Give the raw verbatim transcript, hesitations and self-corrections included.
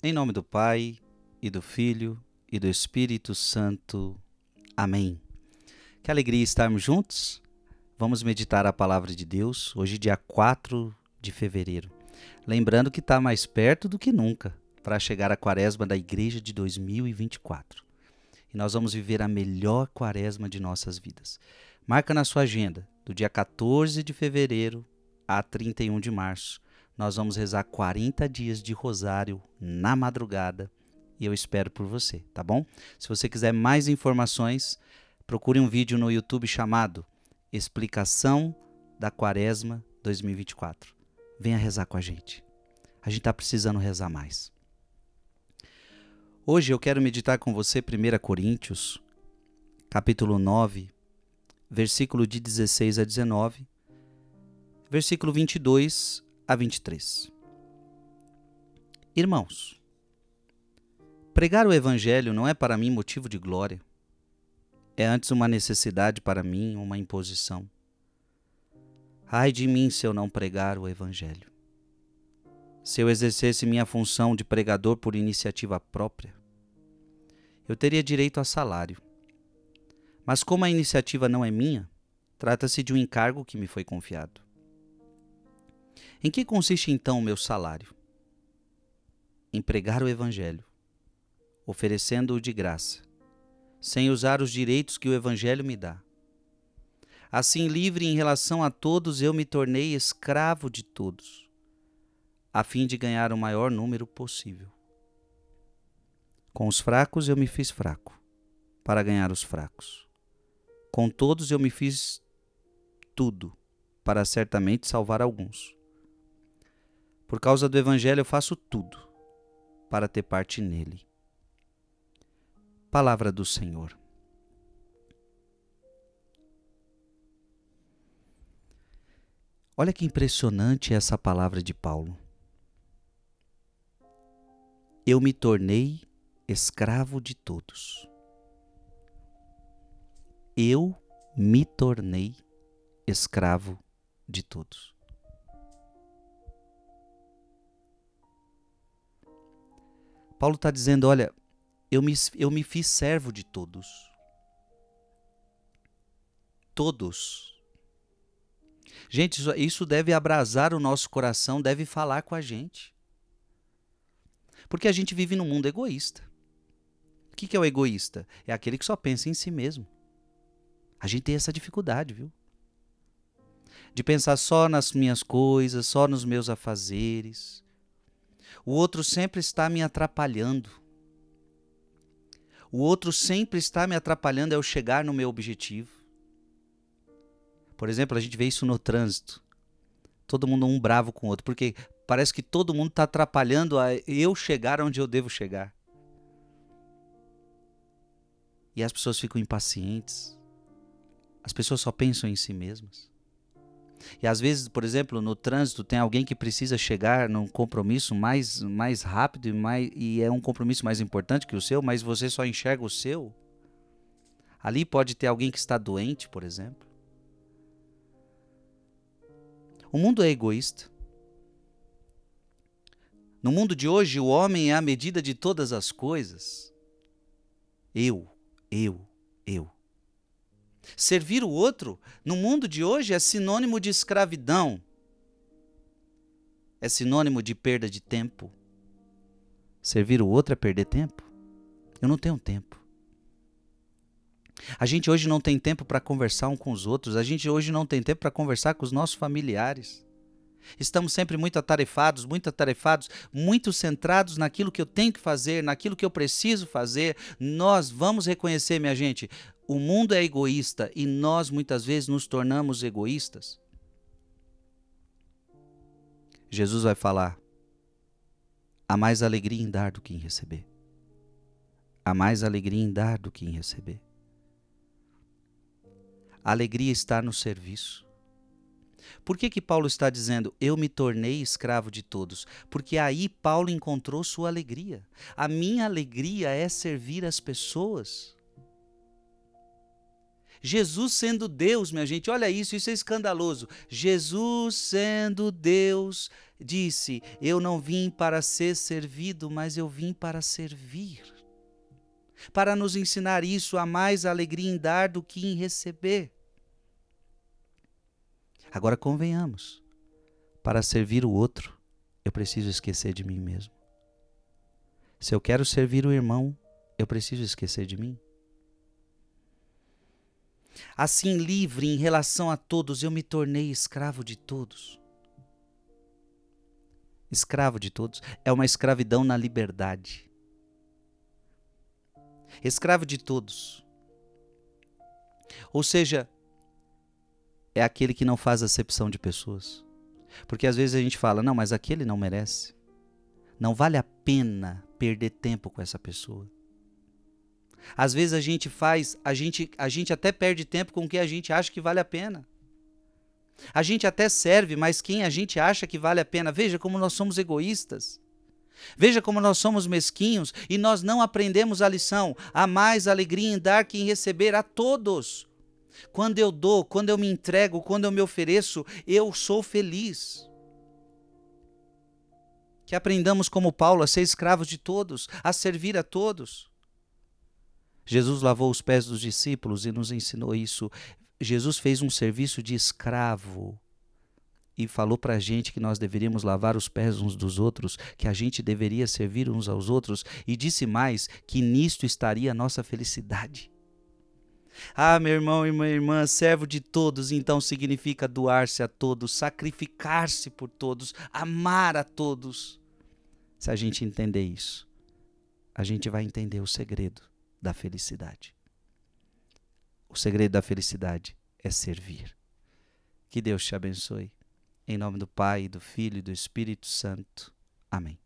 Em nome do Pai, e do Filho, e do Espírito Santo. Amém. Que alegria estarmos juntos. Vamos meditar a palavra de Deus, hoje dia quatro de fevereiro. Lembrando que está mais perto do que nunca para chegar a quaresma da igreja de dois mil e vinte e quatro. E nós vamos viver a melhor quaresma de nossas vidas. Marca na sua agenda, do dia quatorze de fevereiro a trinta e um de março. Nós vamos rezar quarenta dias de rosário na madrugada e eu espero por você, tá bom? Se você quiser mais informações, procure um vídeo no YouTube chamado Explicação da Quaresma dois mil e vinte e quatro. Venha rezar com a gente. A gente está precisando rezar mais. Hoje eu quero meditar com você primeira Coríntios, capítulo nove, versículo de dezesseis a dezenove, versículo vinte e dois a vinte e três. Irmãos, pregar o Evangelho não é para mim motivo de glória. É antes uma necessidade para mim, uma imposição. Ai de mim se eu não pregar o Evangelho. Se eu exercesse minha função de pregador por iniciativa própria, eu teria direito a salário. Mas como a iniciativa não é minha, trata-se de um encargo que me foi confiado. Em que consiste então o meu salário? Em pregar o Evangelho, oferecendo-o de graça, sem usar os direitos que o Evangelho me dá. Assim, livre em relação a todos, eu me tornei escravo de todos, a fim de ganhar o maior número possível. Com os fracos eu me fiz fraco, para ganhar os fracos. Com todos eu me fiz tudo, para certamente salvar alguns. Por causa do Evangelho eu faço tudo, para ter parte nele. Palavra do Senhor. Olha que impressionante essa palavra de Paulo. Eu me tornei escravo de todos. Eu me tornei escravo de todos. Paulo está dizendo, olha, eu me, eu me fiz servo de todos. Todos. Gente, isso, isso deve abrasar o nosso coração, deve falar com a gente. Porque a gente vive num mundo egoísta. O que, que é o egoísta? É aquele que só pensa em si mesmo. A gente tem essa dificuldade, viu? De pensar só nas minhas coisas, só nos meus afazeres. O outro sempre está me atrapalhando. O outro sempre está me atrapalhando ao chegar no meu objetivo. Por exemplo, a gente vê isso no trânsito. Todo mundo um bravo com o outro, porque parece que todo mundo está atrapalhando a eu chegar onde eu devo chegar. E as pessoas ficam impacientes. As pessoas só pensam em si mesmas. E às vezes, por exemplo, no trânsito tem alguém que precisa chegar num compromisso mais, mais rápido e, mais, e é um compromisso mais importante que o seu, mas você só enxerga o seu. Ali pode ter alguém que está doente, por exemplo. O mundo é egoísta. No mundo de hoje, o homem é a medida de todas as coisas. Eu, eu, eu. Servir o outro, no mundo de hoje, é sinônimo de escravidão. É sinônimo de perda de tempo. Servir o outro é perder tempo? Eu não tenho tempo. A gente hoje não tem tempo para conversar um com os outros. A gente hoje não tem tempo para conversar com os nossos familiares. Estamos sempre muito atarefados, muito atarefados, muito centrados naquilo que eu tenho que fazer, naquilo que eu preciso fazer. Nós vamos reconhecer, minha gente, o mundo é egoísta e nós muitas vezes nos tornamos egoístas. Jesus vai falar, há mais alegria em dar do que em receber. Há mais alegria em dar do que em receber. A alegria está no serviço. Por que que Paulo está dizendo, eu me tornei escravo de todos? Porque aí Paulo encontrou sua alegria. A minha alegria é servir as pessoas. Jesus sendo Deus, minha gente, olha isso, isso é escandaloso. Jesus sendo Deus disse: eu não vim para ser servido, mas eu vim para servir. Para nos ensinar isso, há mais alegria em dar do que em receber. Agora convenhamos, para servir o outro, eu preciso esquecer de mim mesmo. Se eu quero servir o irmão, eu preciso esquecer de mim. Assim, livre em relação a todos, eu me tornei escravo de todos. Escravo de todos é uma escravidão na liberdade. Escravo de todos. Ou seja, é aquele que não faz acepção de pessoas. Porque às vezes a gente fala, não, mas aquele não merece. Não vale a pena perder tempo com essa pessoa. Às vezes a gente faz, a gente, a gente até perde tempo com quem a gente acha que vale a pena. A gente até serve, mas quem a gente acha que vale a pena. Veja como nós somos egoístas. Veja como nós somos mesquinhos e nós não aprendemos a lição. Há mais alegria em dar que em receber a todos. Quando eu dou, quando eu me entrego, quando eu me ofereço, eu sou feliz. Que aprendamos como Paulo a ser escravos de todos, a servir a todos. Jesus lavou os pés dos discípulos e nos ensinou isso. Jesus fez um serviço de escravo e falou para a gente que nós deveríamos lavar os pés uns dos outros, que a gente deveria servir uns aos outros, e disse mais que nisto estaria a nossa felicidade. Ah, meu irmão e minha irmã, servo de todos, então significa doar-se a todos, sacrificar-se por todos, amar a todos. Se a gente entender isso, a gente vai entender o segredo da felicidade. O segredo da felicidade é servir. Que Deus te abençoe. Em nome do Pai, do Filho e do Espírito Santo. Amém.